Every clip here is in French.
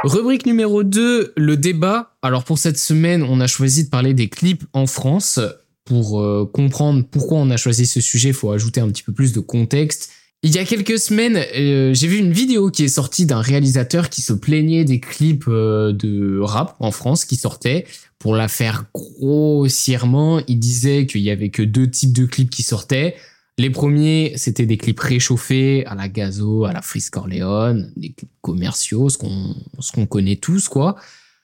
Rubrique numéro 2, le débat. Alors pour cette semaine, on a choisi de parler des clips en France. Pour comprendre pourquoi on a choisi ce sujet, il faut ajouter un petit peu plus de contexte. Il y a quelques semaines, j'ai vu une vidéo qui est sortie d'un réalisateur qui se plaignait des clips de rap en France qui sortaient. Pour la faire grossièrement, il disait qu'il y avait que 2 types de clips qui sortaient. Les premiers, c'était des clips réchauffés à la Gazo, à la Freeze Corleone, des clips commerciaux, ce qu'on connaît tous, quoi.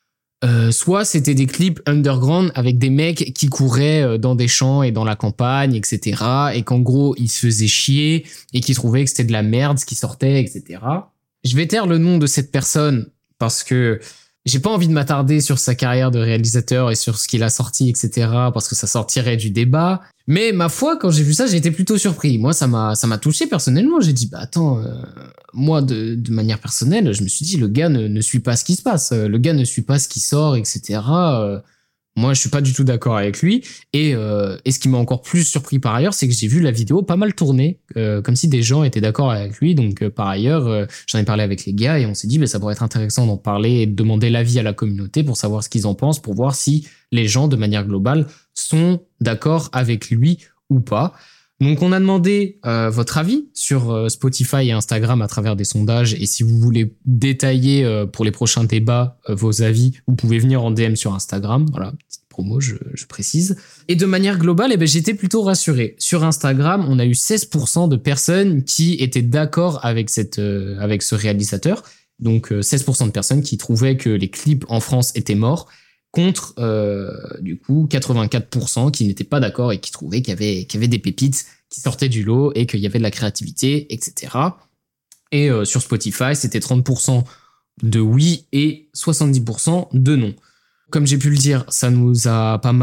Soit c'était des clips underground avec des mecs qui couraient dans des champs et dans la campagne, etc. Et qu'en gros, ils se faisaient chier et qui trouvaient que c'était de la merde ce qui sortait, etc. Je vais taire le nom de cette personne parce que j'ai pas envie de m'attarder sur sa carrière de réalisateur et sur ce qu'il a sorti, etc. parce que ça sortirait du débat. Mais ma foi, quand j'ai vu ça, j'ai été plutôt surpris. Moi, ça m'a touché personnellement. J'ai dit, bah attends, moi, de manière personnelle, je me suis dit, le gars ne suit pas ce qui se passe. Le gars ne suit pas ce qui sort, etc. Moi, je suis pas du tout d'accord avec lui. Et ce qui m'a encore plus surpris par ailleurs, c'est que j'ai vu la vidéo pas mal tourner, comme si des gens étaient d'accord avec lui. Donc, par ailleurs, j'en ai parlé avec les gars et on s'est dit, bah, ça pourrait être intéressant d'en parler et de demander l'avis à la communauté pour savoir ce qu'ils en pensent, pour voir si les gens, de manière globale, sont d'accord avec lui ou pas. Donc, on a demandé votre avis sur Spotify et Instagram à travers des sondages. Et si vous voulez détailler pour les prochains débats vos avis, vous pouvez venir en DM sur Instagram. Voilà, petite promo, je précise. Et de manière globale, j'étais plutôt rassuré. Sur Instagram, on a eu 16% de personnes qui étaient d'accord avec ce réalisateur. Donc, 16% de personnes qui trouvaient que les clips en France étaient morts. Contre, du coup, 84% qui n'étaient pas d'accord et qui trouvaient qu'il y avait des pépites qui sortaient du lot et qu'il y avait de la créativité, etc. Et sur Spotify, c'était 30% de oui et 70% de non. Comme j'ai pu le dire, ça m'a pas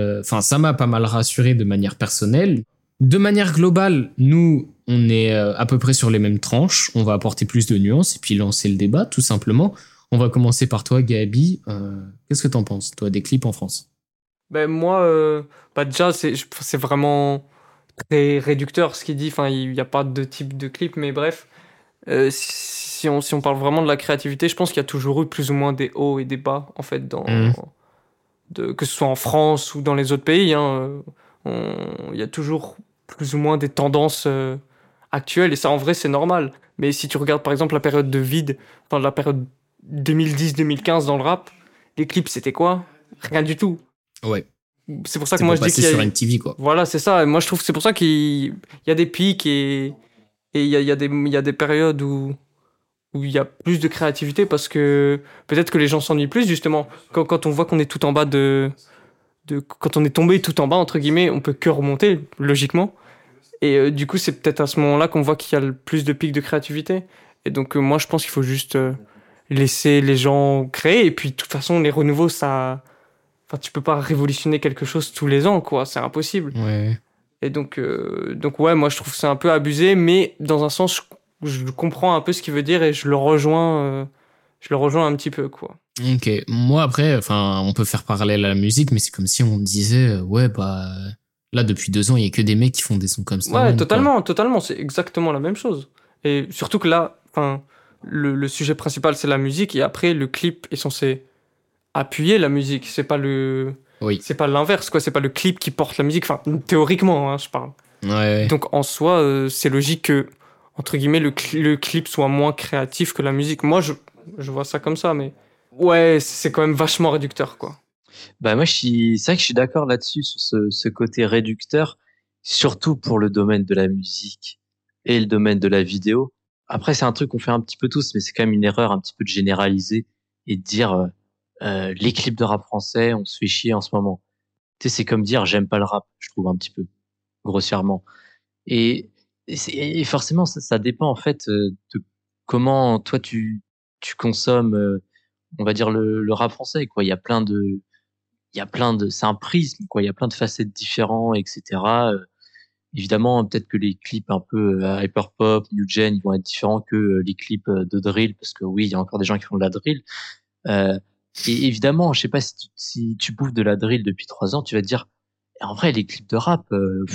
mal rassuré de manière personnelle. De manière globale, nous, on est à peu près sur les mêmes tranches. On va apporter plus de nuances et puis lancer le débat, tout simplement. On va commencer par toi, Gabi. Qu'est-ce que t'en penses, toi, des clips en France? Ben moi, déjà, c'est vraiment très réducteur ce qu'il dit. Enfin, il n'y a pas de type de clip, mais bref. Si on parle vraiment de la créativité, je pense qu'il y a toujours eu plus ou moins des hauts et des bas, en fait, Mmh. que ce soit en France ou dans les autres pays. Il y a toujours plus ou moins des tendances actuelles, et ça, en vrai, c'est normal. Mais si tu regardes, par exemple, la période de vide, enfin, la période 2010-2015 dans le rap, les clips, c'était quoi? Rien du tout. Ouais. C'est pour ça que C'est moi pour je dis passer qu'il y sur a... MTV, quoi. Voilà, c'est ça. Moi je trouve que c'est pour ça qu'il y a des pics et il y a des périodes où il y a plus de créativité parce que peut-être que les gens s'ennuient plus justement. Quand on voit qu'on est tout en bas quand on est tombé tout en bas, entre guillemets, on peut que remonter, logiquement. Et du coup, c'est peut-être à ce moment-là qu'on voit qu'il y a le plus de pics de créativité. Et donc, moi, je pense qu'il faut juste laisser les gens créer. Et puis, de toute façon, les renouveaux, ça. Enfin, tu peux pas révolutionner quelque chose tous les ans, quoi. C'est impossible. Ouais. Et donc ouais, moi, je trouve que c'est un peu abusé, mais dans un sens, je comprends un peu ce qu'il veut dire et je le rejoins un petit peu, quoi. Ok. Moi, après, enfin, on peut faire parallèle à la musique, mais c'est comme si on disait, ouais, bah, là, depuis 2 ans, il y a que des mecs qui font des sons comme Ouais, Snowman, quoi. totalement, totalement. C'est exactement la même chose. Et surtout que là, enfin, le sujet principal, c'est la musique, et après, le clip est censé appuyer la musique. Oui. C'est pas l'inverse, quoi. C'est pas le clip qui porte la musique. Enfin, théoriquement, hein, je parle. Ouais, ouais. Donc, en soi, c'est logique que, entre guillemets, le clip soit moins créatif que la musique. Moi, je vois ça comme ça, mais ouais, c'est quand même vachement réducteur, quoi. Bah c'est vrai que je suis d'accord là-dessus sur ce côté réducteur, surtout pour le domaine de la musique et le domaine de la vidéo. Après, c'est un truc qu'on fait un petit peu tous, mais c'est quand même une erreur un petit peu de généraliser et de dire les clips de rap français, on se fait chier en ce moment. Tu sais, c'est comme dire j'aime pas le rap, je trouve un petit peu grossièrement. Et forcément, ça dépend en fait de comment toi tu consommes, on va dire le rap français, quoi. C'est un prisme, quoi. Il y a plein de facettes différents, etc. Évidemment, peut-être que les clips un peu hyper pop, new gen, ils vont être différents que les clips de drill, parce que oui, il y a encore des gens qui font de la drill. Euh, et évidemment, je sais pas si tu bouffes de la drill depuis 3 ans, tu vas te dire, en vrai, les clips de rap,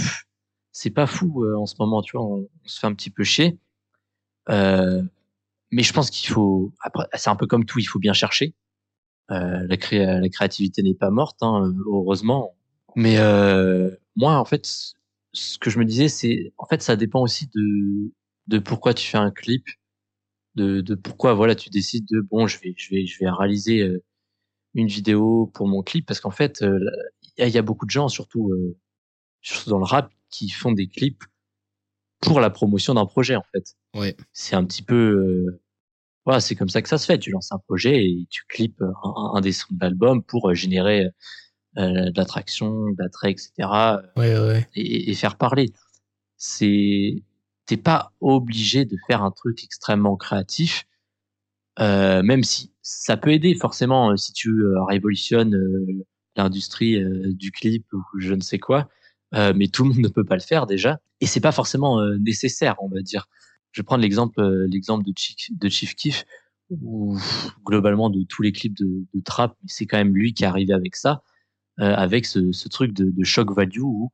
c'est pas fou en ce moment, tu vois, on se fait un petit peu chier. Euh, Mais je pense qu'il faut, après, c'est un peu comme tout, il faut bien chercher. La créativité n'est pas morte, hein, heureusement. Mais moi, en fait, ce que je me disais, c'est, en fait, ça dépend aussi de pourquoi tu fais un clip, de pourquoi, voilà, tu décides de, bon, je vais réaliser une vidéo pour mon clip, parce qu'en fait, il y a beaucoup de gens, surtout dans le rap, qui font des clips pour la promotion d'un projet, en fait. Ouais. C'est un petit peu, voilà, c'est comme ça que ça se fait. Tu lances un projet et tu clips un des sons de l'album pour générer de l'attraction, de l'attrait, etc. Ouais. Et faire parler. T'es pas obligé de faire un truc extrêmement créatif, même si ça peut aider forcément si tu révolutionnes l'industrie du clip ou je ne sais quoi. Mais tout le monde ne peut pas le faire déjà, et c'est pas forcément nécessaire, on va dire. Je vais prendre l'exemple de Chief Keef, ou globalement de tous les clips de trap, mais c'est quand même lui qui est arrivé avec ça, avec ce truc de shock value où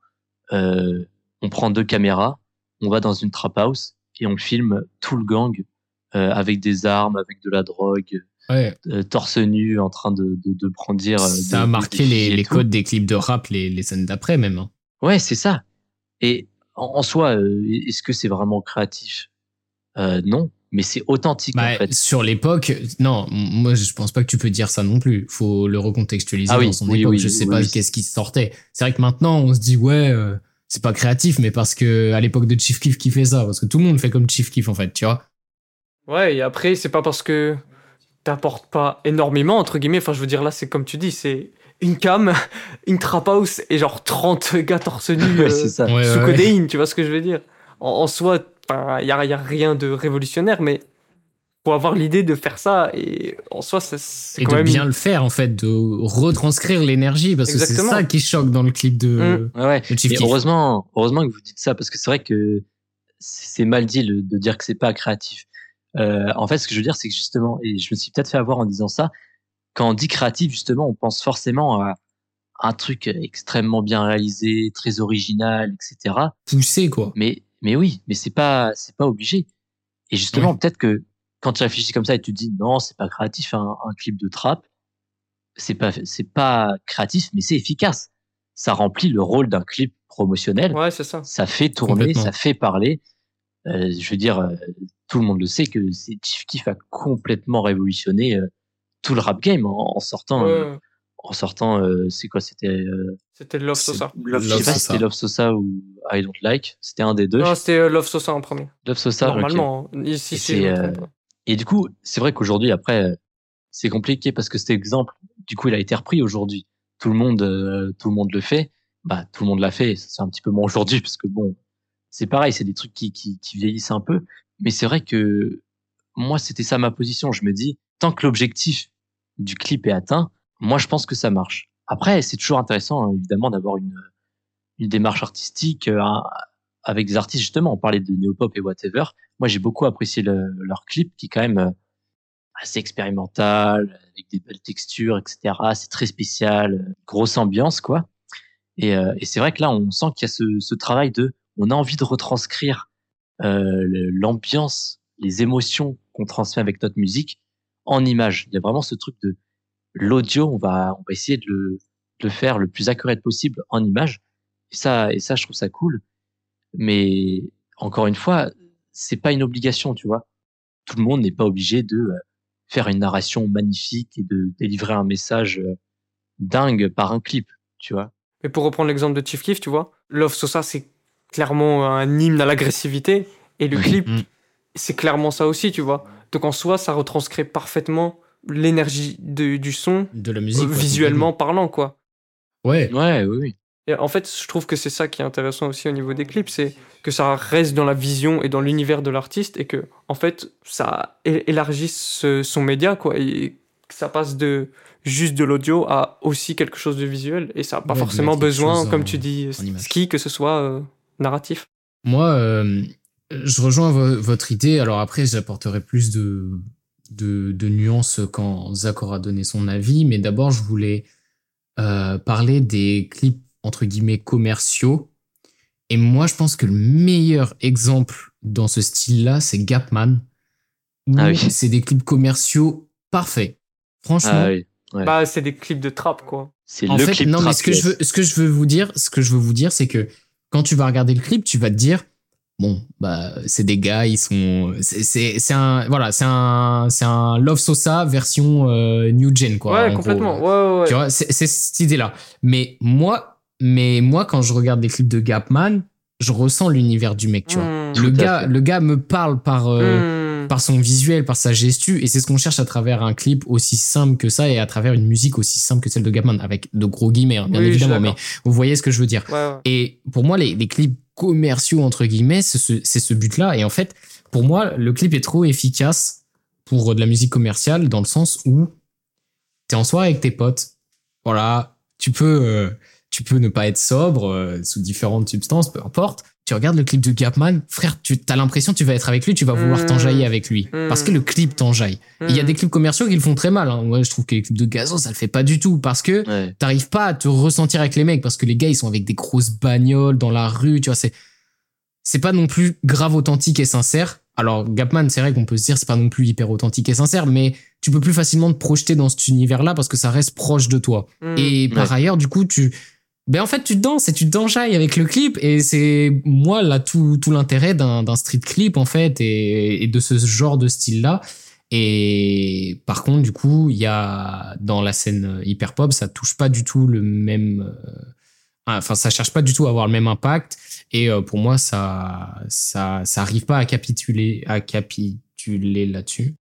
on prend 2 caméras, on va dans une trap house et on filme tout le gang avec des armes, avec de la drogue, Ouais. torse nu, en train de brandir. Ça a marqué des fusils et les tout. codes des clips de rap, les années d'après même. Hein. Ouais, c'est ça. Et en soi, est-ce que c'est vraiment créatif? Non, mais c'est authentique en Bah, fait. sur l'époque, non, moi je pense pas que tu peux dire ça non plus. Faut le recontextualiser Ah oui, dans son oui, époque. oui, Je sais oui, pas oui. qu'est-ce qui sortait. C'est vrai que maintenant on se dit ouais, c'est pas créatif, mais parce que à l'époque de Chief Keef qui fait ça, parce que tout le monde fait comme Chief Keef en fait, tu vois. Ouais, et après, c'est pas parce que t'apportes pas énormément, entre guillemets. Enfin, je veux dire, là, c'est comme tu dis, c'est une cam, une trap house et genre 30 gars torse nu Ouais, c'est ça. Ouais, sous ouais. codéine, tu vois ce que je veux dire? En soi, y a rien de révolutionnaire, mais faut avoir l'idée de faire ça, et en soi, c'est Et quand de même. bien le faire en fait, de retranscrire l'énergie, parce que c'est Exactement. ça qui choque dans le clip Ouais. de Chief Et Keef. heureusement que vous dites ça, parce que c'est vrai que c'est mal dit de dire que c'est pas créatif. En fait, ce que je veux dire, c'est que justement, et je me suis peut-être fait avoir en disant ça, quand on dit créatif, justement, on pense forcément à un truc extrêmement bien réalisé, très original, etc. Poussé quoi. Mais oui, mais c'est pas obligé. Et justement, Ouais. peut-être que quand tu réfléchis comme ça et tu te dis non, c'est pas créatif, un clip de trap, c'est pas créatif, mais c'est efficace. Ça remplit le rôle d'un clip promotionnel. Ouais, c'est ça. Ça fait tourner, Complètement. ça fait parler. Je veux dire, tout le monde le sait que Chief Keef a complètement révolutionné tout le rap game Ouais, en sortant. C'est quoi? C'était c'était Love C'est Sosa. je sais pas si c'était Love Sosa ou I Don't Like. C'était un des deux. Non, c'était Love Sosa en premier. Love Sosa, ok. Normalement, hein. Et Si je me trompe pas. et du coup, c'est vrai qu'aujourd'hui, après, c'est compliqué parce que cet exemple, du coup, il a été repris aujourd'hui. Tout le monde le fait. Bah, tout le monde l'a fait. C'est un petit peu moins aujourd'hui parce que bon, c'est pareil, c'est des trucs qui vieillissent un peu. Mais c'est vrai que moi, c'était ça ma position. Je me dis, tant que l'objectif du clip est atteint, moi, je pense que ça marche. Après, c'est toujours intéressant, hein, évidemment, d'avoir une démarche artistique avec des artistes, justement. On parlait de néo-pop et whatever. Moi, j'ai beaucoup apprécié leur clip qui est quand même assez expérimental, avec des belles textures, etc. C'est très spécial, grosse ambiance, quoi. Et c'est vrai que là, on sent qu'il y a ce travail on a envie de retranscrire l'ambiance, les émotions qu'on transmet avec notre musique en images. Il y a vraiment ce truc de l'audio, on va essayer de le faire le plus accurate possible en images. Et ça, je trouve ça cool. Mais encore une fois, c'est pas une obligation, tu vois. Tout le monde n'est pas obligé de faire une narration magnifique et de délivrer un message dingue par un clip, tu vois. Mais pour reprendre l'exemple de Chief Keef, tu vois, Love Sosa, c'est clairement un hymne à l'agressivité. Et le Oui. clip, Mm. c'est clairement ça aussi, tu vois. Donc en soi, ça retranscrit parfaitement l'énergie du son, De la musique. Ouais, visuellement parlant, quoi. complètement. Ouais. Ouais, oui, oui. Et en fait, je trouve que c'est ça qui est intéressant aussi au niveau des clips, c'est que ça reste dans la vision et dans l'univers de l'artiste, et que, en fait, ça élargisse son média, quoi. Et que ça passe de juste de l'audio à aussi quelque chose de visuel. Et ça n'a pas Ouais, de forcément mettre quelque besoin, chose comme tu dis, en image. ski, que ce soit narratif. Moi, je rejoins votre idée. Alors après, j'apporterai plus de nuances quand Zach aura donné son avis. Mais d'abord, je voulais parler des clips, entre guillemets, commerciaux. Et moi, je pense que le meilleur exemple dans ce style-là, c'est Gapman. où Ah oui. c'est des clips commerciaux parfaits. Franchement. Ah oui. Ouais. Bah, c'est des clips de trap, quoi. C'est En le fait, clip non, mais trap, ce que je veux vous dire, c'est que quand tu vas regarder le clip, tu vas te dire, bon, bah, c'est des gars, ils sont, c'est un Love Sosa version New Gen, quoi. Ouais, en complètement. gros. Ouais. Tu vois, c'est cette idée-là. Mais moi, quand je regarde des clips de Gapman, je ressens l'univers du mec, tu vois. Tout à fait. Le gars me parle Hmm. par son visuel, par sa gestu, et c'est ce qu'on cherche à travers un clip aussi simple que ça et à travers une musique aussi simple que celle de Gapman, avec de gros guillemets, hein, bien Oui, je suis évidemment, mais d'accord. vous voyez ce que je veux dire. Ouais. Et pour moi, les clips commerciaux, entre guillemets, c'est ce but-là. Et en fait, pour moi, le clip est trop efficace pour de la musique commerciale dans le sens où t'es en soirée avec tes potes. Voilà, tu peux ne pas être sobre sous différentes substances, peu importe. Tu regardes le clip de Gapman, frère, tu as l'impression que tu vas être avec lui, tu vas vouloir t'enjailler avec lui. Parce que le clip t'enjaille. Il y a des clips commerciaux qui le font très mal. Hein. Moi, je trouve que les clips de Gazo, ça le fait pas du tout. Parce que Ouais. t'arrives pas à te ressentir avec les mecs. Parce que les gars, ils sont avec des grosses bagnoles dans la rue. Tu vois, c'est pas non plus grave authentique et sincère. Alors, Gapman, c'est vrai qu'on peut se dire, c'est pas non plus hyper authentique et sincère, mais tu peux plus facilement te projeter dans cet univers-là parce que ça reste proche de toi. Et par ailleurs, du coup, en fait, tu danses et tu t'enjailles avec le clip. Et c'est, moi, là, tout l'intérêt d'un street clip, en fait, et de ce genre de style-là. Et par contre, du coup, il y a, dans la scène hyper pop, ça touche pas du tout le même, enfin, ça cherche pas du tout à avoir le même impact. Et pour moi, ça arrive pas à capituler là-dessus.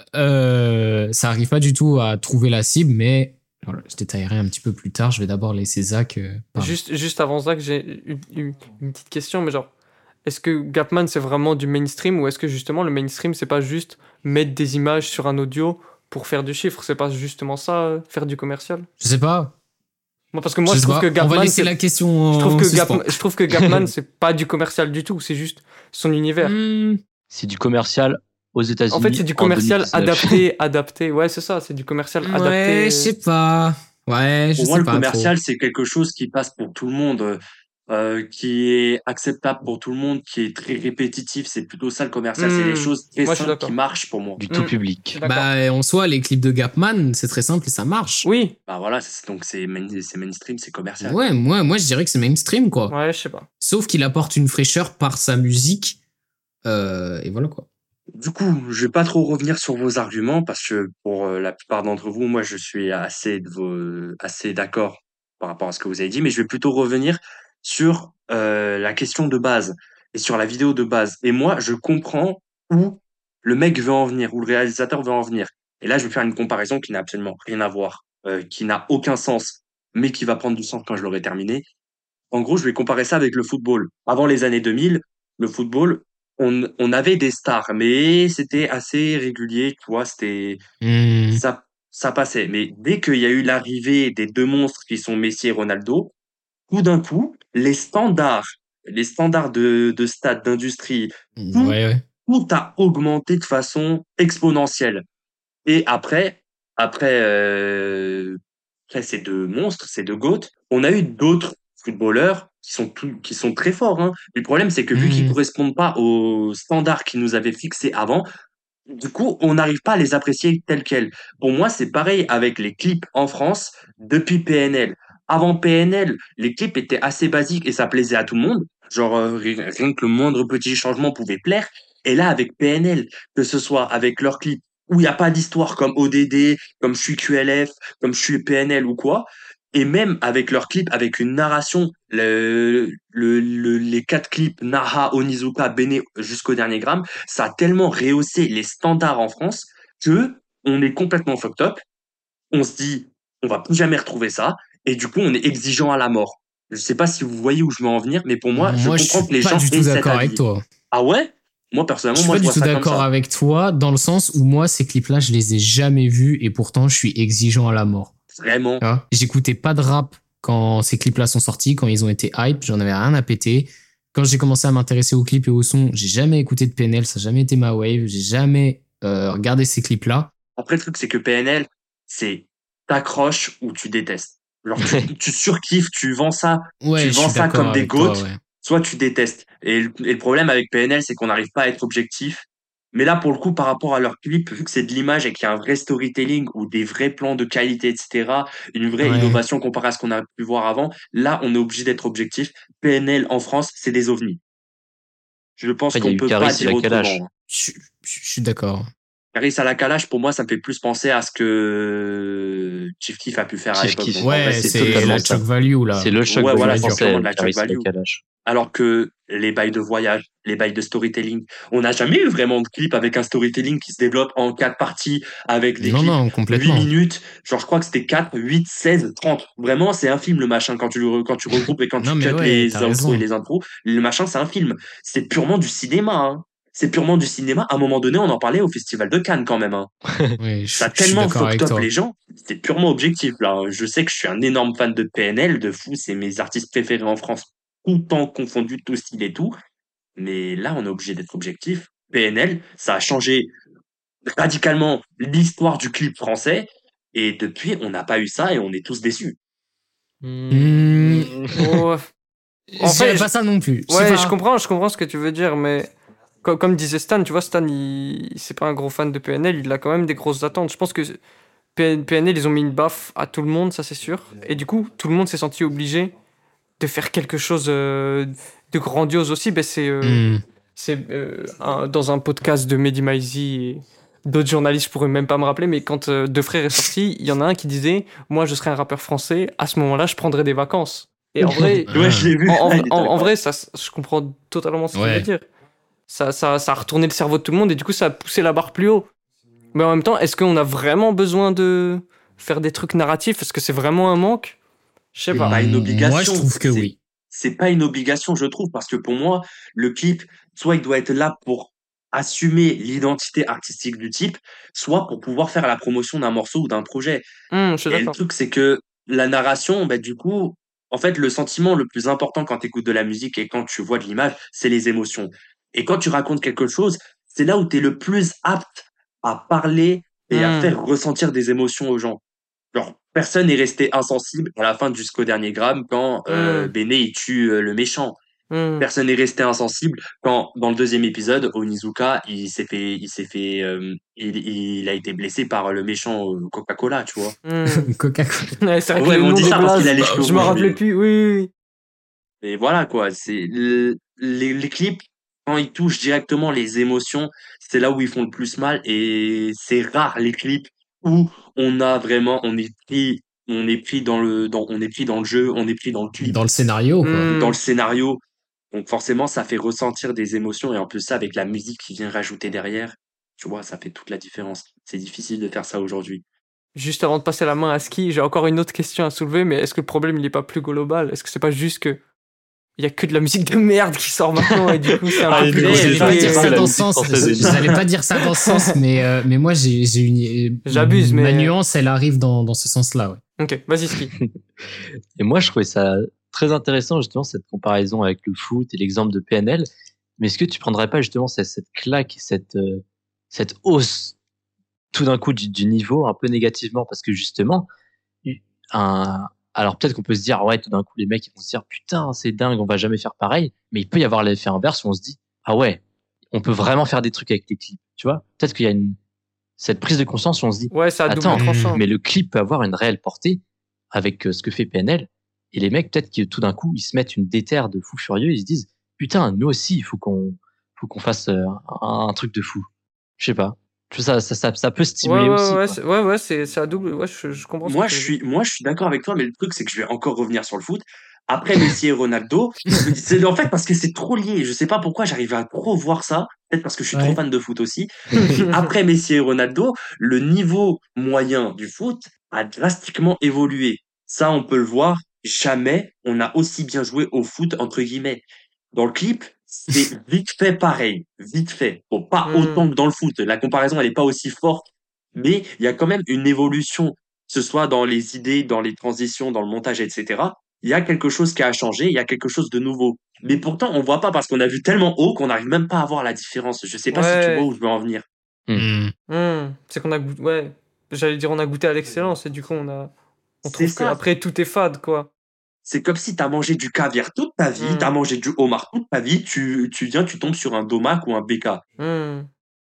Ça arrive pas du tout à trouver la cible, mais voilà, je détaillerai un petit peu plus tard. Je vais d'abord laisser Zach parler. Juste avant Zach, j'ai une petite question, mais genre, est-ce que Gapman c'est vraiment du mainstream ou est-ce que justement le mainstream c'est pas juste mettre des images sur un audio pour faire du chiffre? C'est pas justement ça, faire du commercial? Je sais pas. Moi, parce que moi je trouve que On va Gapman laisser la question en suspens. Je trouve que Gapman c'est pas du commercial du tout, c'est juste son univers. C'est du commercial aux États-Unis. En fait, c'est du commercial adapté. Ouais, c'est ça, c'est du commercial adapté. Ouais, je sais pas. Ouais, je Pour sais moi, le pas commercial, trop. c'est quelque chose qui passe pour tout le monde, qui est acceptable pour tout le monde, qui est très répétitif. C'est plutôt ça le commercial. C'est des choses très Moi, je suis simples qui d'accord. marchent pour moi. Du tout Je public. suis d'accord. Bah, en soi, les clips de Gapman, c'est très simple et ça marche. Oui, Bah voilà, donc c'est mainstream, c'est commercial. Ouais, moi, je dirais que c'est mainstream, quoi. ouais, je sais pas. Sauf qu'il apporte une fraîcheur par sa musique. Et voilà, quoi. Du coup, je vais pas trop revenir sur vos arguments parce que pour la plupart d'entre vous, moi, je suis assez d'accord par rapport à ce que vous avez dit, mais je vais plutôt revenir sur la question de base et sur la vidéo de base. Et moi, je comprends où le mec veut en venir, où le réalisateur veut en venir. Et là, je vais faire une comparaison qui n'a absolument rien à voir, qui n'a aucun sens, mais qui va prendre du sens quand je l'aurai terminé. En gros, je vais comparer ça avec le football. Avant les années 2000, le football, on avait des stars, mais c'était assez régulier, tu vois, ça passait. Mais dès qu'il y a eu l'arrivée des deux monstres qui sont Messi et Ronaldo, tout d'un coup, les standards de stade, d'industrie, tout, Ouais. tout a augmenté de façon exponentielle. Et après ces deux monstres, ces deux goats, on a eu d'autres footballeurs qui sont très forts, hein. Mais le problème, c'est que vu qu'ils correspondent pas aux standards qu'ils nous avaient fixés avant, du coup, on n'arrive pas à les apprécier tels quels. Pour moi, c'est pareil avec les clips en France depuis PNL. Avant PNL, les clips étaient assez basiques et ça plaisait à tout le monde. Genre, rien que le moindre petit changement pouvait plaire. Et là, avec PNL, que ce soit avec leurs clips où il n'y a pas d'histoire comme ODD, comme je suis QLF, comme je suis PNL ou quoi, et même avec leurs clips, avec une narration, les 4 clips, Naha, Onizuka, Bene jusqu'au dernier gramme, ça a tellement rehaussé les standards en France que on est complètement fucked up. On se dit, on va plus jamais retrouver ça. Et du coup, on est exigeant à la mort. Je sais pas si vous voyez où je veux en venir, mais pour moi, je Moi, je comprends suis que les pas gens du tout aient cet d'accord avis. avec toi. Ah ouais? Moi, Je personnellement, suis moi, pas je du vois tout ça comme d'accord ça. avec toi dans le sens où moi, ces clips-là, je les ai jamais vus et pourtant, je suis exigeant à la mort. Vraiment. Tu vois, j'écoutais pas de rap quand ces clips-là sont sortis, quand ils ont été hype, j'en avais rien à péter. Quand j'ai commencé à m'intéresser aux clips et au son, j'ai jamais écouté de PNL, ça a jamais été ma wave, j'ai jamais regardé ces clips-là. Après, le truc, c'est que PNL, c'est t'accroches ou tu détestes. Genre, tu surkiffes, Ouais, tu je vends suis ça d'accord comme des avec toi, goats, ouais. soit tu détestes. Et le problème avec PNL, c'est qu'on n'arrive pas à être objectif. Mais là, pour le coup, par rapport à leur clip, vu que c'est de l'image et qu'il y a un vrai storytelling ou des vrais plans de qualité, etc., une vraie Ouais. innovation comparée à ce qu'on a pu voir avant, là, on est obligé d'être objectif. PNL en France, c'est des ovnis. Je pense Après, il y a qu'on eu peut pas Caris et dire la autrement, Kalash. hein. Je suis d'accord. Caris à la Kalash, pour moi, ça me fait plus penser à ce que Chief Keef a pu faire à Chief l'époque. Keef. Donc en vrai, Ouais, c'est c'est totalement la plus. ça. Chuck Value, là. C'est le choc Ouais, value voilà, c'est Pur. purement français, de la Chuck Caris et la Value. Kalash. Alors que les bails de voyage, les bails de storytelling, on n'a jamais eu vraiment de clip avec un storytelling qui se développe en 4 parties, avec des Non, clips non, 8 complètement. minutes. Genre, je crois que c'était 4, 8, 16, 30. Vraiment, c'est un film, le machin. Quand tu regroupes et quand Non, tu mais cut ouais, t'as les outros et raison. les intros, le machin, c'est un film. C'est purement du cinéma, hein. C'est purement du cinéma. À un moment donné, on en parlait au Festival de Cannes quand même, hein. Ouais, Ça a je suis tellement d'accord fucked avec up toi. les gens. C'était purement objectif, là. Je sais que je suis un énorme fan de PNL, de fou. C'est mes artistes préférés en France. Tout temps confondu, tout style et tout. Mais là, on est obligé d'être objectif. PNL, ça a changé radicalement l'histoire du clip français. Et depuis, on n'a pas eu ça et on est tous déçus. Hmm, Oh, en je dirais fait, pas ça non plus. Je sais ouais, je pas. comprends ce que tu veux dire, mais comme disait Stan, tu vois, Stan, c'est pas un gros fan de PNL, il a quand même des grosses attentes. Je pense que PNL, ils ont mis une baffe à tout le monde, ça c'est sûr. Et du coup, tout le monde s'est senti obligé de faire quelque chose de grandiose aussi. Ben, Hmm. dans un podcast de Mehdi Maizi et d'autres journalistes, je pourrais même pas me rappeler, mais quand Deux Frères est sorti, il y en a un qui disait moi je serais un rappeur français, à ce moment-là je prendrais des vacances. Et en vrai, Ouais, je l'ai vu. Il était en incroyable. vrai je comprends totalement ce qu'il Ouais. veut dire. Ça a retourné le cerveau de tout le monde et du coup ça a poussé la barre plus haut. Mais en même temps, est-ce qu'on a vraiment besoin de faire des trucs narratifs? Est-ce que c'est vraiment un manque? Je sais C'est pas. pas une Moi, je obligation. trouve que oui. C'est pas une obligation, je trouve, parce que pour moi, le clip, soit il doit être là pour assumer l'identité artistique du type, soit pour pouvoir faire la promotion d'un morceau ou d'un projet. Je suis Et le d'accord. truc, c'est que la narration, bah, du coup, en fait, le sentiment le plus important quand tu écoutes de la musique et quand tu vois de l'image, c'est les émotions. Et quand tu racontes quelque chose, c'est là où tu es le plus apte à parler et à Hmm, faire ressentir des émotions aux gens. Genre, personne n'est resté insensible à la fin jusqu'au dernier gramme quand hmm, Bene il tue le méchant. hmm, Personne n'est resté insensible quand, dans le deuxième épisode, Onizuka, il a été blessé par le méchant Coca-Cola, tu vois. hmm. Coca-Cola. Ouais, c'est vrai que Ouais, les mais on noms dit des ça parce qu'il a blazes, les cheveux je me rouges, rappelais mais, plus. Oui, oui, oui. mais voilà, quoi. Les clips, quand ils touchent directement les émotions, c'est là où ils font le plus mal et c'est rare les clips où on est pris on est pris dans le jeu, on est pris dans le clip, Dans le scénario, quoi. dans Hmm. le scénario. Donc forcément, ça fait ressentir des émotions et en plus ça avec la musique qui vient rajouter derrière, tu vois, ça fait toute la différence. C'est difficile de faire ça aujourd'hui. Juste avant de passer la main à Ski, j'ai encore une autre question à soulever, mais est-ce que le problème il est pas plus global? Est-ce que c'est pas juste que il y a que de la musique de merde qui sort maintenant et du coup c'est un peu plus Après, J'allais pas Ouais, dire compliqué. ça la dans ce musique sens. française est J'allais pas dire ça dans ce sens, mais moi, j'ai une. J'abuse, Ma mais- nuance, elle arrive dans ce sens-là, ouais. Ok, vas-y Ski. Et moi, je trouvais ça très intéressant, justement, cette comparaison avec le foot et l'exemple de PNL. Mais est-ce que tu prendrais pas, justement, cette claque, cette hausse, tout d'un coup, du niveau, un peu négativement? Parce que, justement, un, alors peut-être qu'on peut se dire, ouais, tout d'un coup, les mecs, ils vont se dire, putain, c'est dingue, on va jamais faire pareil. Mais il peut y avoir l'effet inverse où on se dit, ah ouais, on peut vraiment faire des trucs avec les clips, tu vois? Peut-être qu'il y a cette prise de conscience où on se dit, Ouais, c'est à double attends, tranchant. mais le clip peut avoir une réelle portée avec ce que fait PNL. Et les mecs, peut-être que tout d'un coup, ils se mettent une déterre de fou furieux, ils se disent, putain, nous aussi, il faut qu'on fasse un truc de fou. Je sais pas. Ça peut stimuler aussi, quoi. C'est à double. Ouais, je comprends ce que Moi, tu veux dire. moi, je suis d'accord avec toi, mais le truc, c'est que je vais encore revenir sur le foot. Après Messi et Ronaldo, c'est en fait parce que c'est trop lié. Je sais pas pourquoi j'arrive à trop voir ça. Peut-être parce que je suis trop Ouais. fan de foot aussi. Mais après Messi et Ronaldo, le niveau moyen du foot a drastiquement évolué. Ça, on peut le voir. Jamais on a aussi bien joué au foot, entre guillemets. Dans le clip, c'est vite fait pareil. Vite fait. Bon, pas Hmm. autant que dans le foot. La comparaison, elle est pas aussi forte. Mais il y a quand même une évolution, que ce soit dans les idées, dans les transitions, dans le montage, etc. Il y a quelque chose qui a changé, il y a quelque chose de nouveau. Mais pourtant, on voit pas parce qu'on a vu tellement haut qu'on n'arrive même pas à voir la différence. Je sais pas si tu vois Ouais. où je veux en venir. Hmm. C'est qu'on a goûté. Ouais. J'allais dire on a goûté à l'excellence et du coup on C'est trouve que ça. après tout est fade quoi. C'est comme si tu as mangé du caviar toute ta vie, tu as Hmm. mangé du homard toute ta vie, tu viens, tu tombes sur un domac ou un BK. Hmm.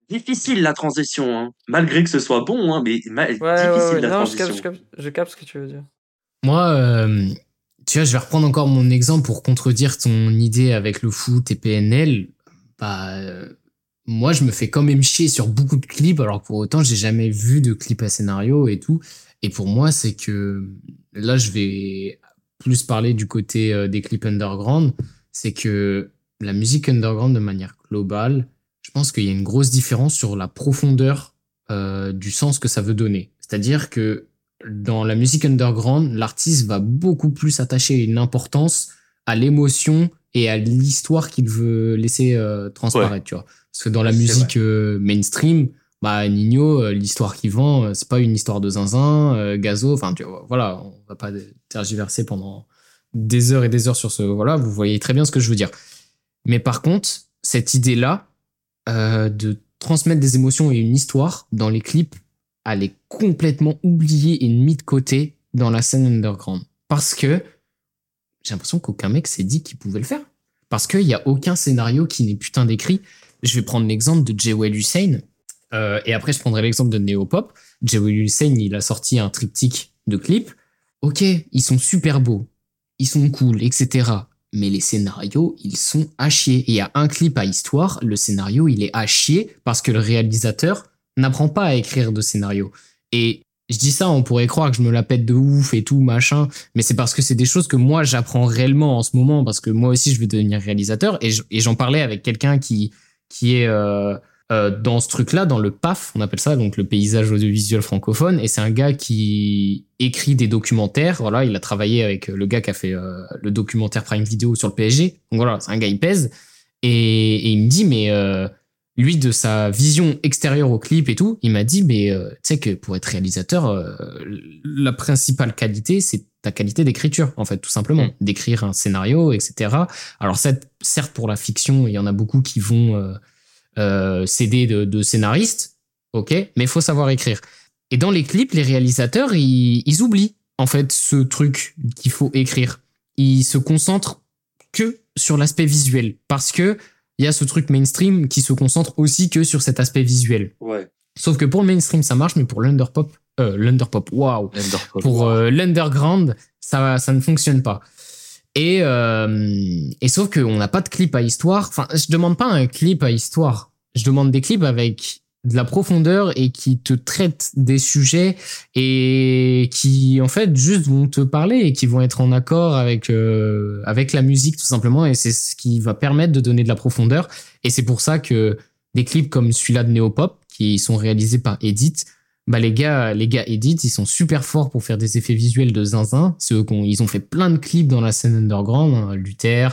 difficile la transition, hein. Malgré que ce soit bon, hein, mais difficile la Non, transition. je capte ce que tu veux dire. Moi, tu vois, je vais reprendre encore mon exemple pour contredire ton idée avec le foot et PNL. Bah, moi, je me fais quand même chier sur beaucoup de clips, alors pour autant, j'ai jamais vu de clip à scénario et tout. Et pour moi, c'est que là, je vais plus parler du côté des clips underground. C'est que la musique underground, de manière globale, je pense qu'il y a une grosse différence sur la profondeur du sens que ça veut donner. C'est-à-dire que dans la musique underground, l'artiste va beaucoup plus attacher une importance à l'émotion et à l'histoire qu'il veut laisser transparaître, tu vois. Parce que dans la C'est musique mainstream, bah Nino, l'histoire qu'il vend, c'est pas une histoire de zinzin, gazo, enfin tu vois, voilà, on va pas tergiverser pendant des heures et des heures sur ce, voilà, vous voyez très bien ce que je veux dire. Mais par contre, cette idée-là de transmettre des émotions et une histoire dans les clips, elle est complètement oubliée et mise de côté dans la scène underground. Parce que j'ai l'impression qu'aucun mec s'est dit qu'il pouvait le faire. Parce qu'il n'y a aucun scénario qui n'est putain d'écrit. Je vais prendre l'exemple de Jewel Hussein. Et après, je prendrai l'exemple de Neopop. Jewel Hussein, il a sorti un triptyque de clips. Ok, ils sont super beaux. Ils sont cool, etc. Mais les scénarios, ils sont à chier. Et il y a un clip à histoire, le scénario, il est à chier parce que le réalisateur n'apprend pas à écrire de scénario. Et je dis ça, on pourrait croire que je me la pète de ouf et tout, machin, mais c'est parce que c'est des choses que moi, j'apprends réellement en ce moment, parce que moi aussi, je vais devenir réalisateur. Et j'en parlais avec quelqu'un qui est dans ce truc-là, dans le PAF, on appelle ça, donc le paysage audiovisuel francophone. Et c'est un gars qui écrit des documentaires. Voilà, il a travaillé avec le gars qui a fait le documentaire Prime Video sur le PSG. Donc voilà, c'est un gars, il pèse. Et il me dit, mais lui, de sa vision extérieure au clip et tout, il m'a dit, mais tu sais que pour être réalisateur, la principale qualité, c'est ta qualité d'écriture, en fait, tout simplement. D'écrire un scénario, etc. Alors, certes, pour la fiction, il y en a beaucoup qui vont s'aider de scénaristes, ok, mais il faut savoir écrire. Et dans les clips, les réalisateurs, ils oublient, en fait, ce truc qu'il faut écrire. Ils se concentrent que sur l'aspect visuel, parce que il y a ce truc mainstream qui se concentre aussi que sur cet aspect visuel. Ouais. Sauf que pour le mainstream, ça marche, mais pour l'underpop, waouh, pour l'underground, ça ne fonctionne pas. Et sauf qu'on n'a pas de clip à histoire. Enfin, je demande pas un clip à histoire. Je demande des clips avec de la profondeur et qui te traitent des sujets et qui, en fait, juste vont te parler et qui vont être en accord avec la musique, tout simplement. Et c'est ce qui va permettre de donner de la profondeur. Et c'est pour ça que des clips comme celui-là de Neopop, qui sont réalisés par Edit, bah les gars Edit, ils sont super forts pour faire des effets visuels de zinzin. Ils ont fait plein de clips dans la scène underground, hein, Luther,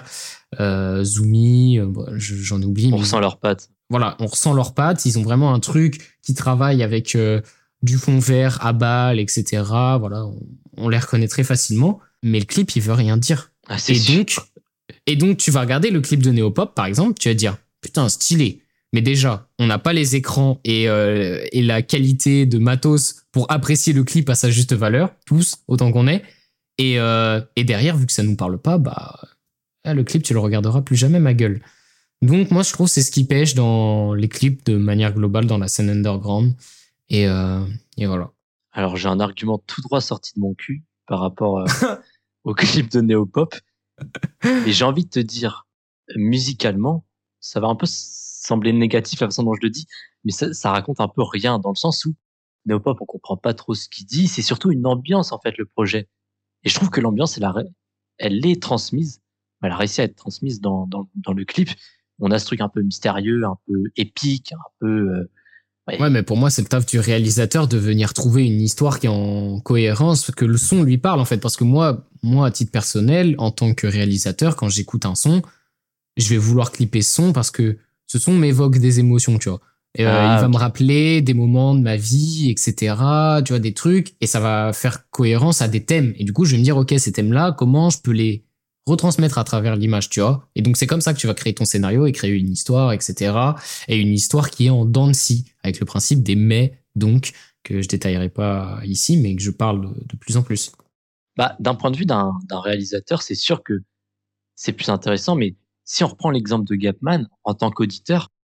Zoomy, j'en ai oublié. On ressent leurs pattes. Voilà, on ressent leurs pattes. Ils ont vraiment un truc qui travaille avec du fond vert à balles, etc. Voilà, on les reconnaît très facilement. Mais le clip, il veut rien dire. Ah, Et donc, tu vas regarder le clip de Neopop, par exemple, tu vas te dire, putain, stylé. Mais déjà, on n'a pas les écrans et la qualité de matos pour apprécier le clip à sa juste valeur, tous, autant qu'on est. Et derrière, vu que ça nous parle pas, bah, le clip, tu le regarderas plus jamais, ma gueule. Donc, moi, je trouve que c'est ce qui pêche dans les clips de manière globale dans la scène underground. Et voilà. Alors, j'ai un argument tout droit sorti de mon cul par rapport au clip de Neopop. Et j'ai envie de te dire, musicalement, ça va un peu sembler négatif la façon dont je le dis, mais ça raconte un peu rien dans le sens où Neopop, on comprend pas trop ce qu'il dit. C'est surtout une ambiance, en fait, le projet. Et je trouve que l'ambiance, elle est transmise. Elle a réussi à être transmise dans le clip. On a ce truc un peu mystérieux, un peu épique, un peu... Ouais, mais pour moi, c'est le taf du réalisateur de venir trouver une histoire qui est en cohérence, que le son lui parle, en fait. Parce que moi, à titre personnel, en tant que réalisateur, quand j'écoute un son, je vais vouloir clipper ce son parce que ce son m'évoque des émotions, tu vois. Et, il va me rappeler des moments de ma vie, etc. Tu vois, des trucs. Et ça va faire cohérence à des thèmes. Et du coup, je vais me dire, OK, ces thèmes-là, comment je peux les retransmettre à travers l'image, tu vois. Et donc, c'est comme ça que tu vas créer ton scénario et créer une histoire, etc. Et une histoire qui est en dents de scie, avec le principe des mais, donc, que je détaillerai pas ici, mais que je parle de plus en plus. Bah, d'un point de vue d'un réalisateur, c'est sûr que c'est plus intéressant, mais si on reprend l'exemple de Gapman, en tant qu'auditeur,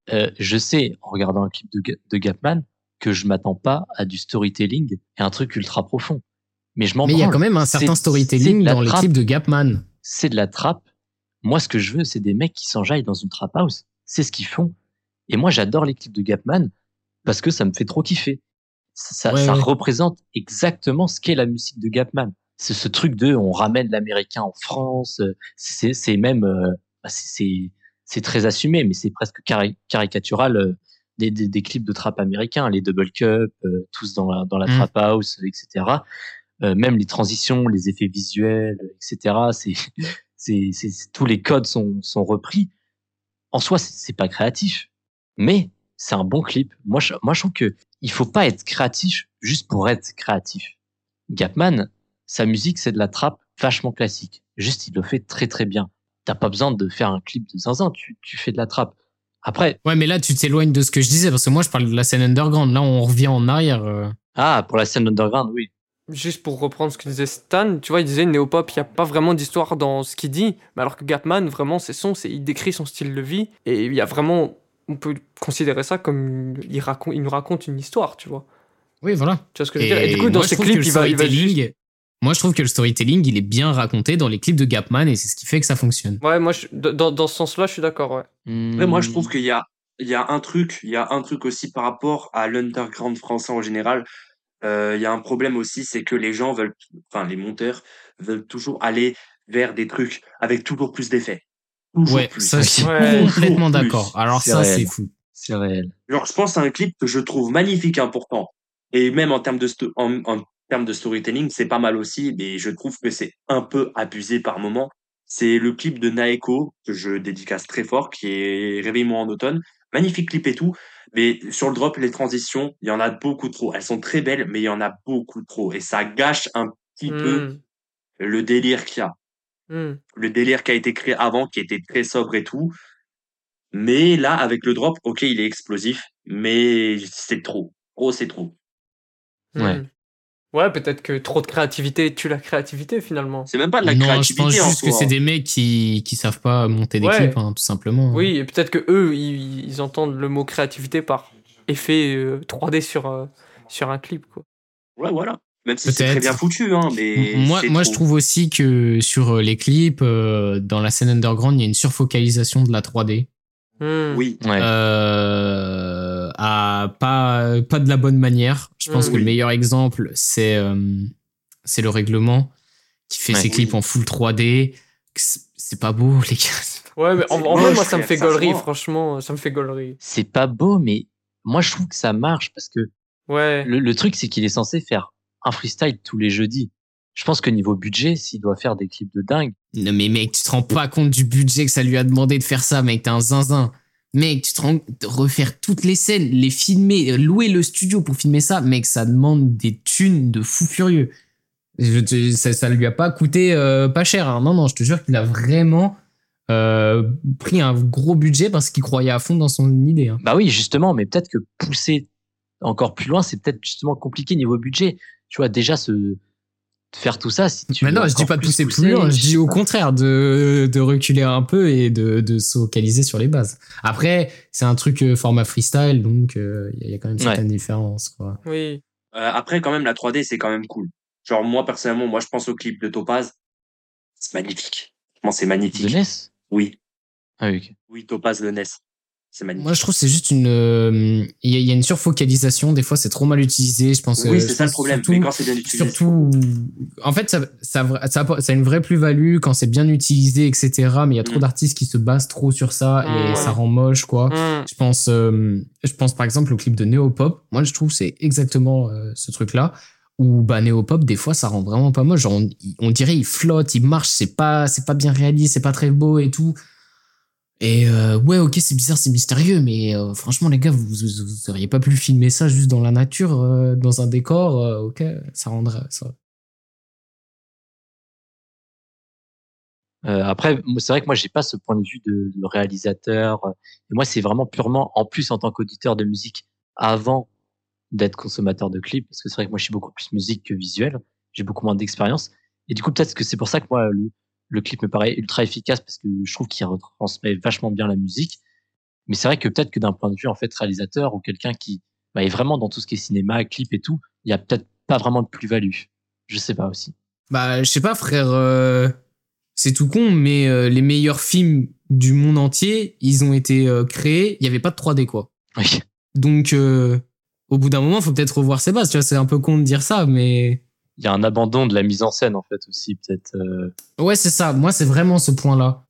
Je sais, en regardant un clip de Gapman, que je m'attends pas à du storytelling et un truc ultra profond. Mais je m'en Mais il y a branle. quand même un C'est- certain c'est storytelling de la dans les trappe. clips de Gapman. C'est de la trappe. Moi, ce que je veux, c'est des mecs qui s'enjaillent dans une trap house. C'est ce qu'ils font. Et moi, j'adore les clips de Gapman parce que ça me fait trop kiffer. Ça Ouais. représente exactement ce qu'est la musique de Gapman. C'est ce truc de on ramène l'américain en France. C'est même c'est très assumé, mais c'est presque caricatural des clips de trap américains, les double cup, tous dans la trap house, etc. Même les transitions, les effets visuels, etc. Tous les codes sont repris. En soi, c'est pas créatif, mais c'est un bon clip. Moi, je trouve que il faut pas être créatif juste pour être créatif. Gapman, sa musique, c'est de la trappe vachement classique. Juste, il le fait très très bien. T'as pas besoin de faire un clip de zinzin, tu fais de la trappe. Après, Ouais, mais là, tu t'éloignes de ce que je disais, parce que moi, je parle de la scène underground. Là, on revient en arrière. pour la scène underground, oui. Juste pour reprendre ce que disait Stan, tu vois, il disait Néopop, il n'y a pas vraiment d'histoire dans ce qu'il dit, mais alors que Gapman, vraiment, il décrit son style de vie, et il y a vraiment, on peut considérer ça comme, il nous raconte une histoire, tu vois. Oui, voilà. Tu vois ce que je veux dire? Et du coup, dans moi, je ces trouve clips, que le il va juste... storytelling, moi, je trouve que le storytelling, il est bien raconté dans les clips de Gapman et c'est ce qui fait que ça fonctionne. Ouais, moi, dans ce sens-là, je suis d'accord, ouais. Après, moi, je trouve qu'il y a un truc, il y a un truc aussi par rapport à l'underground français en général. Il y a un problème aussi, c'est que les gens veulent, enfin, les monteurs veulent toujours aller vers des trucs avec toujours plus d'effets. Toujours Ouais, plus. ça, je suis Ouais. complètement Toujours plus. d'accord. Alors C'est ça, réel. c'est fou. C'est réel. Genre, je pense à un clip que je trouve magnifique et important. Et même en termes en termes de storytelling, c'est pas mal aussi, mais je trouve que c'est un peu abusé par moment. C'est le clip de Naeko, que je dédicace très fort, qui est Réveille-moi en automne. Magnifique clip et tout. Mais sur le drop, les transitions, il y en a beaucoup trop. Elles sont très belles, mais il y en a beaucoup trop. Et ça gâche un petit peu Hmm. le délire qu'il y a. Hmm. Le délire qui a été créé avant, qui était très sobre et tout. Mais là, avec le drop, ok, il est explosif, mais c'est trop. Oh, c'est trop. Ouais. Hmm. Ouais, peut-être que trop de créativité tue la créativité, finalement. C'est même pas de la Non, je pense créativité en juste que soi. c'est des mecs qui savent pas monter des Ouais. clips, hein, tout simplement. Oui, et peut-être que eux, ils entendent le mot créativité par effet 3D sur un clip, quoi. Ouais, voilà. Même si c'est très Peut-être. bien foutu, hein, mais c'est Moi, je trop. trouve aussi que sur les clips, dans la scène underground, il y a une surfocalisation de la 3D. Hmm. Oui, Ouais. Pas de la bonne manière. Je pense que le Oui. meilleur exemple, c'est le règlement qui fait Ouais. ses clips Oui. en full 3D. C'est pas beau, les gars. Ouais, mais en C'est vrai, moche, moi, ça me frère, fait ça se gaulerie, voit. franchement, ça me fait gaulerie. C'est pas beau, mais moi, je trouve que ça marche parce que Ouais. le truc, c'est qu'il est censé faire un freestyle tous les jeudis. Je pense que niveau budget, s'il doit faire des clips de dingue, Non, mais mec, tu te rends pas compte du budget que ça lui a demandé de faire ça, mec. T'es un zinzin. Mec, tu te rends de refaire toutes les scènes, les filmer, louer le studio pour filmer ça, mec, ça demande des thunes de fou furieux. Ça lui a pas coûté pas cher, hein. Non, je te jure qu'il a vraiment pris un gros budget parce qu'il croyait à fond dans son idée, hein. bah oui, justement, mais peut-être que pousser encore plus loin, c'est peut-être justement compliqué niveau budget. Tu vois, déjà faire tout ça, si tu Mais veux non, je dis encore pas de pousser plus loin, je dis sais au pas. contraire de reculer un peu et de se focaliser sur les bases. Après, c'est un truc format freestyle, donc il y a quand même certaines différences, quoi. Oui. Après, quand même, la 3D, c'est quand même cool. Genre, moi, personnellement, moi, je pense au clip de Topaz. C'est magnifique. Franchement, c'est De magnifique. NES? Oui. Ah oui, ok. Oui, Topaz, le NES. C'est magnifique. Moi, je trouve que c'est juste une. Il y a une surfocalisation. Des fois, c'est trop mal utilisé. Je pense. Oui, je c'est ça le pense problème. surtout- Mais quand c'est bien utilisé, c'est Surtout, en fait, ça a une vraie plus-value quand c'est bien utilisé, etc. Mais il y a trop Mm. d'artistes qui se basent trop sur ça et Ouais. ça rend moche, quoi. Hmm. Je pense par exemple au clip de Néopop. Moi, je trouve que c'est exactement ce truc-là. Où bah, Néopop, des fois, ça rend vraiment pas moche. Genre, on dirait il flotte, il marche, c'est pas bien réaliste, c'est pas très beau et tout. Et ouais, ok, c'est bizarre, c'est mystérieux, mais franchement, les gars, vous auriez pas pu filmer ça juste dans la nature, dans un décor, ok, ça rendrait ça. Après, c'est vrai que moi, j'ai pas ce point de vue de réalisateur. Et moi, c'est vraiment purement, en plus, en tant qu'auditeur de musique, avant d'être consommateur de clips, parce que c'est vrai que moi, je suis beaucoup plus musique que visuel. J'ai beaucoup moins d'expérience. Et du coup, peut-être que c'est pour ça que moi, le clip me paraît ultra efficace, parce que je trouve qu'il retransmet vachement bien la musique. Mais c'est vrai que peut-être que d'un point de vue en fait réalisateur ou quelqu'un qui est vraiment dans tout ce qui est cinéma, clip et tout, il y a peut-être pas vraiment de plus-value. Je sais pas aussi. Bah, je sais pas, frère, c'est tout con, mais les meilleurs films du monde entier, ils ont été créés, il y avait pas de 3D, quoi. Oui. Donc, au bout d'un moment, faut peut-être revoir ses bases, tu vois, c'est un peu con de dire ça, mais... Il y a un abandon de la mise en scène en fait aussi peut-être. Ouais, c'est ça, moi, c'est vraiment ce point-là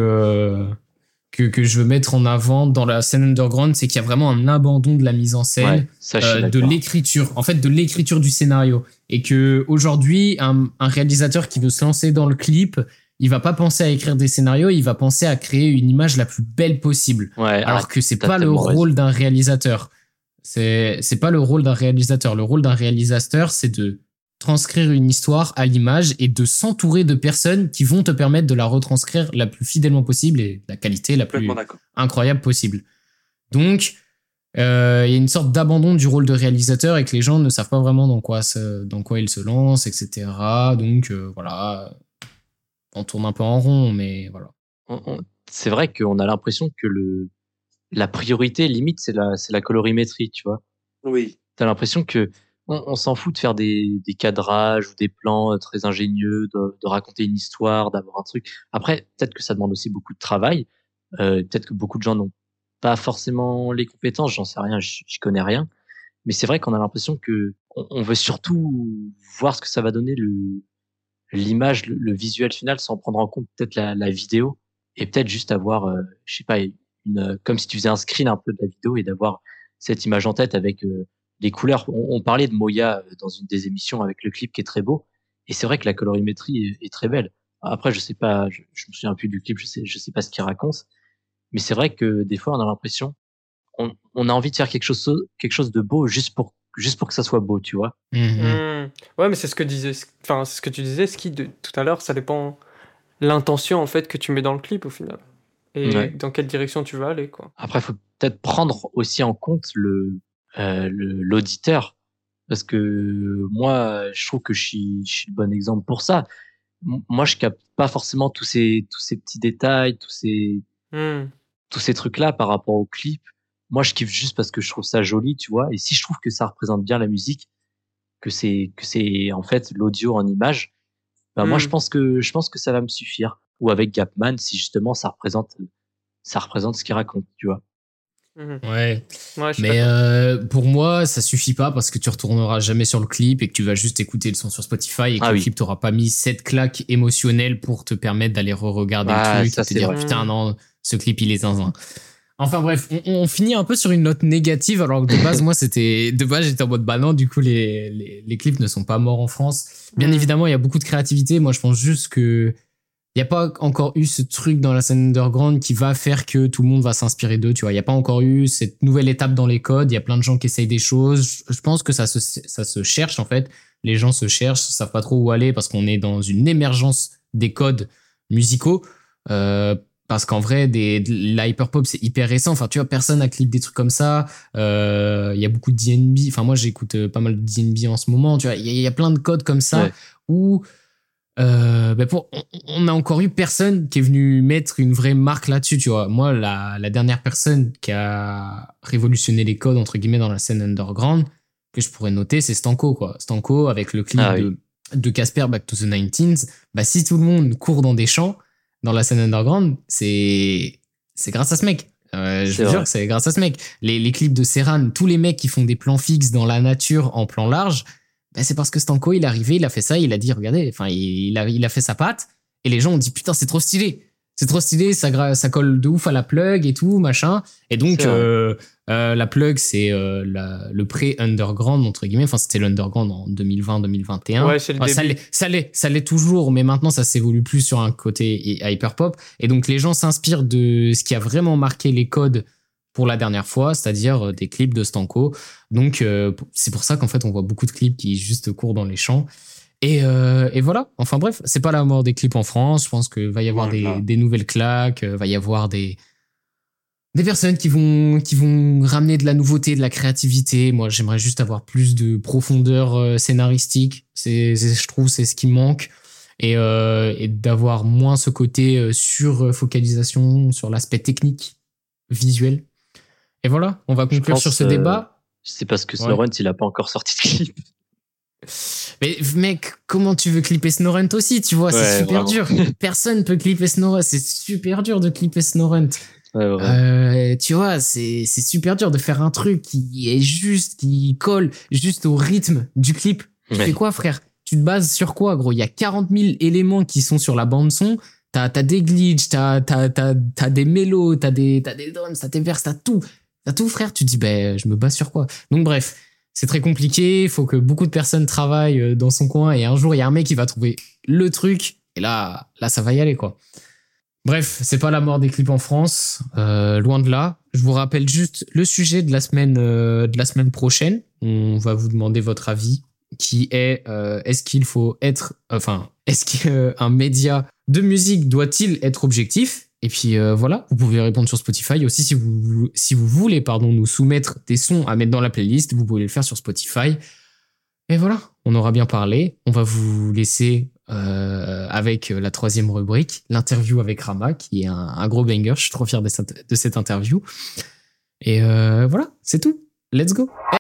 que je veux mettre en avant dans la scène underground, c'est qu'il y a vraiment un abandon de la mise en scène, Ouais, ça, je suis de d'accord. l'écriture, en fait, de l'écriture du scénario. Et que aujourd'hui, un réalisateur qui veut se lancer dans le clip, il va pas penser à écrire des scénarios, il va penser à créer une image la plus belle possible. Ouais, Alors que c'est t'as pas le tellement rôle raison. d'un réalisateur. C'est pas le rôle d'un réalisateur. Le rôle d'un réalisateur, c'est de transcrire une histoire à l'image et de s'entourer de personnes qui vont te permettre de la retranscrire la plus fidèlement possible et de la qualité la plus Complètement d'accord. incroyable possible. Donc, il y a une sorte d'abandon du rôle de réalisateur et que les gens ne savent pas vraiment dans quoi ils se lancent, etc. Donc, voilà, on tourne un peu en rond, mais voilà. C'est vrai qu'on a l'impression que la priorité limite c'est la colorimétrie, tu vois. Oui. T'as l'impression que on s'en fout de faire des cadrages ou des plans très ingénieux, de raconter une histoire, d'avoir un truc. Après, peut-être que ça demande aussi beaucoup de travail. Peut-être que beaucoup de gens n'ont pas forcément les compétences, j'en sais rien, j'y connais rien. Mais c'est vrai qu'on a l'impression que on veut surtout voir ce que ça va donner l'image, le visuel final, sans prendre en compte peut-être la vidéo et peut-être juste avoir, je sais pas, comme si tu faisais un screen un peu de la vidéo et d'avoir cette image en tête avec les couleurs. On parlait de Moya dans une des émissions avec le clip qui est très beau et c'est vrai que la colorimétrie est très belle. Après, je sais pas, je me souviens plus du clip, je sais pas ce qu'il raconte, mais c'est vrai que des fois on a l'impression, on a envie de faire quelque chose de beau juste pour que ça soit beau, tu vois. Ouais, mais c'est ce que disait, enfin, c'est ce que tu disais, Ski, tout à l'heure, ça dépend l'intention en fait que tu mets dans le clip au final et Ouais. dans quelle direction tu vas aller, quoi. Après, faut peut-être prendre aussi en compte l'auditeur, parce que moi, je trouve que je suis le bon exemple pour ça. Moi, je capte pas forcément tous ces petits détails, Hmm. tous ces trucs-là par rapport au clip. Moi, je kiffe juste parce que je trouve ça joli, tu vois. Et si je trouve que ça représente bien la musique, que c'est en fait l'audio en image, ben moi, Hmm. je pense que ça va me suffire. Ou avec Gapman, si justement ça représente ce qu'il raconte, tu vois. Mhm. Ouais. Ouais, je suis Mais d'accord. pour moi, ça suffit pas parce que tu retourneras jamais sur le clip et que tu vas juste écouter le son sur Spotify et que Ah le oui. clip t'aura pas mis cette claque émotionnelle pour te permettre d'aller re-regarder le Ah, truc ça, et te c'est dire vrai. putain non, ce clip il est zinzin. Enfin bref, on finit un peu sur une note négative alors que de base moi j'étais en mode bah non, du coup les clips ne sont pas morts en France. Bien évidemment, il y a beaucoup de créativité, moi je pense juste que il y a pas encore eu ce truc dans la scène underground qui va faire que tout le monde va s'inspirer d'eux, tu vois. Il y a pas encore eu cette nouvelle étape dans les codes. Il y a plein de gens qui essayent des choses. Je pense que ça se cherche, en fait. Les gens se cherchent, savent pas trop où aller parce qu'on est dans une émergence des codes musicaux. Parce qu'en vrai, la hyperpop, c'est hyper récent. Enfin, tu vois, personne n'a clip des trucs comme ça. Il y a beaucoup de DNB. Enfin, moi, j'écoute pas mal de DNB en ce moment. Tu vois, il y a plein de codes comme ça Ouais. où on a encore eu personne qui est venu mettre une vraie marque là-dessus, tu vois. Moi, la dernière personne qui a révolutionné les codes, entre guillemets, dans la scène underground, que je pourrais noter, c'est Stanko, quoi. Stanko, avec le clip Ah oui. de Casper Back to the 19s, bah, si tout le monde court dans des champs, dans la scène underground, c'est grâce à ce mec. Je C'est vous jure vrai. que c'est grâce à ce mec. Les clips de Serran, tous les mecs qui font des plans fixes dans la nature en plan large, ben c'est parce que Stanko, il est arrivé, il a fait ça, il a dit, regardez, enfin, il a fait sa patte, et les gens ont dit, putain, c'est trop stylé. C'est trop stylé, ça colle de ouf à la plug et tout, machin. Et donc, C'est vrai. la plug, c'est le pré-underground, entre guillemets. Enfin, c'était l'underground en 2020-2021. Ouais, c'est le Ça début. ça l'est toujours, mais maintenant, ça s'évolue plus sur un côté hyperpop. Et donc, les gens s'inspirent de ce qui a vraiment marqué les codes pour la dernière fois, c'est-à-dire des clips de Stanko. Donc, c'est pour ça qu'en fait, on voit beaucoup de clips qui juste courent dans les champs. Et voilà. Enfin bref, c'est pas la mort des clips en France. Je pense qu'il va y avoir Loin de là. des nouvelles claques, va y avoir des personnes qui vont ramener de la nouveauté, de la créativité. Moi, j'aimerais juste avoir plus de profondeur scénaristique. Je trouve, c'est ce qui me manque. Et d'avoir moins ce côté sur focalisation sur l'aspect technique, visuel. Et voilà, on va conclure pense, sur ce débat. C'est parce que Ouais. Snorent, il a pas encore sorti de clip. Mais mec, comment tu veux clipper Snorent aussi, tu vois, c'est Ouais, super vraiment. dur. Personne peut clipper Snorent, c'est super dur de clipper Snorent. Ouais, ouais. Tu vois, c'est super dur de faire un truc qui est juste, qui colle juste au rythme du clip. Tu Ouais. fais quoi, frère? Tu te bases sur quoi, gros? Il y a 40 000 éléments qui sont sur la bande son. T'as des glitches, t'as des mélos, t'as des drums, t'as des verses, t'as tout. T'as tout, frère. Tu te dis, ben, je me base sur quoi? Donc, bref, c'est très compliqué. Il faut que beaucoup de personnes travaillent dans son coin et un jour, il y a un mec qui va trouver le truc. Et là, ça va y aller, quoi. Bref, c'est pas la mort des clips en France, loin de là. Je vous rappelle juste le sujet de la semaine prochaine. On va vous demander votre avis, qui est est-ce qu'un média de musique doit-il être objectif? Et puis voilà, vous pouvez répondre sur Spotify aussi si vous voulez nous soumettre des sons à mettre dans la playlist, vous pouvez le faire sur Spotify. Et voilà, on aura bien parlé. On va vous laisser avec la troisième rubrique, l'interview avec Rama, qui est un gros banger. Je suis trop fier de cette interview. Et voilà, c'est tout. Let's go.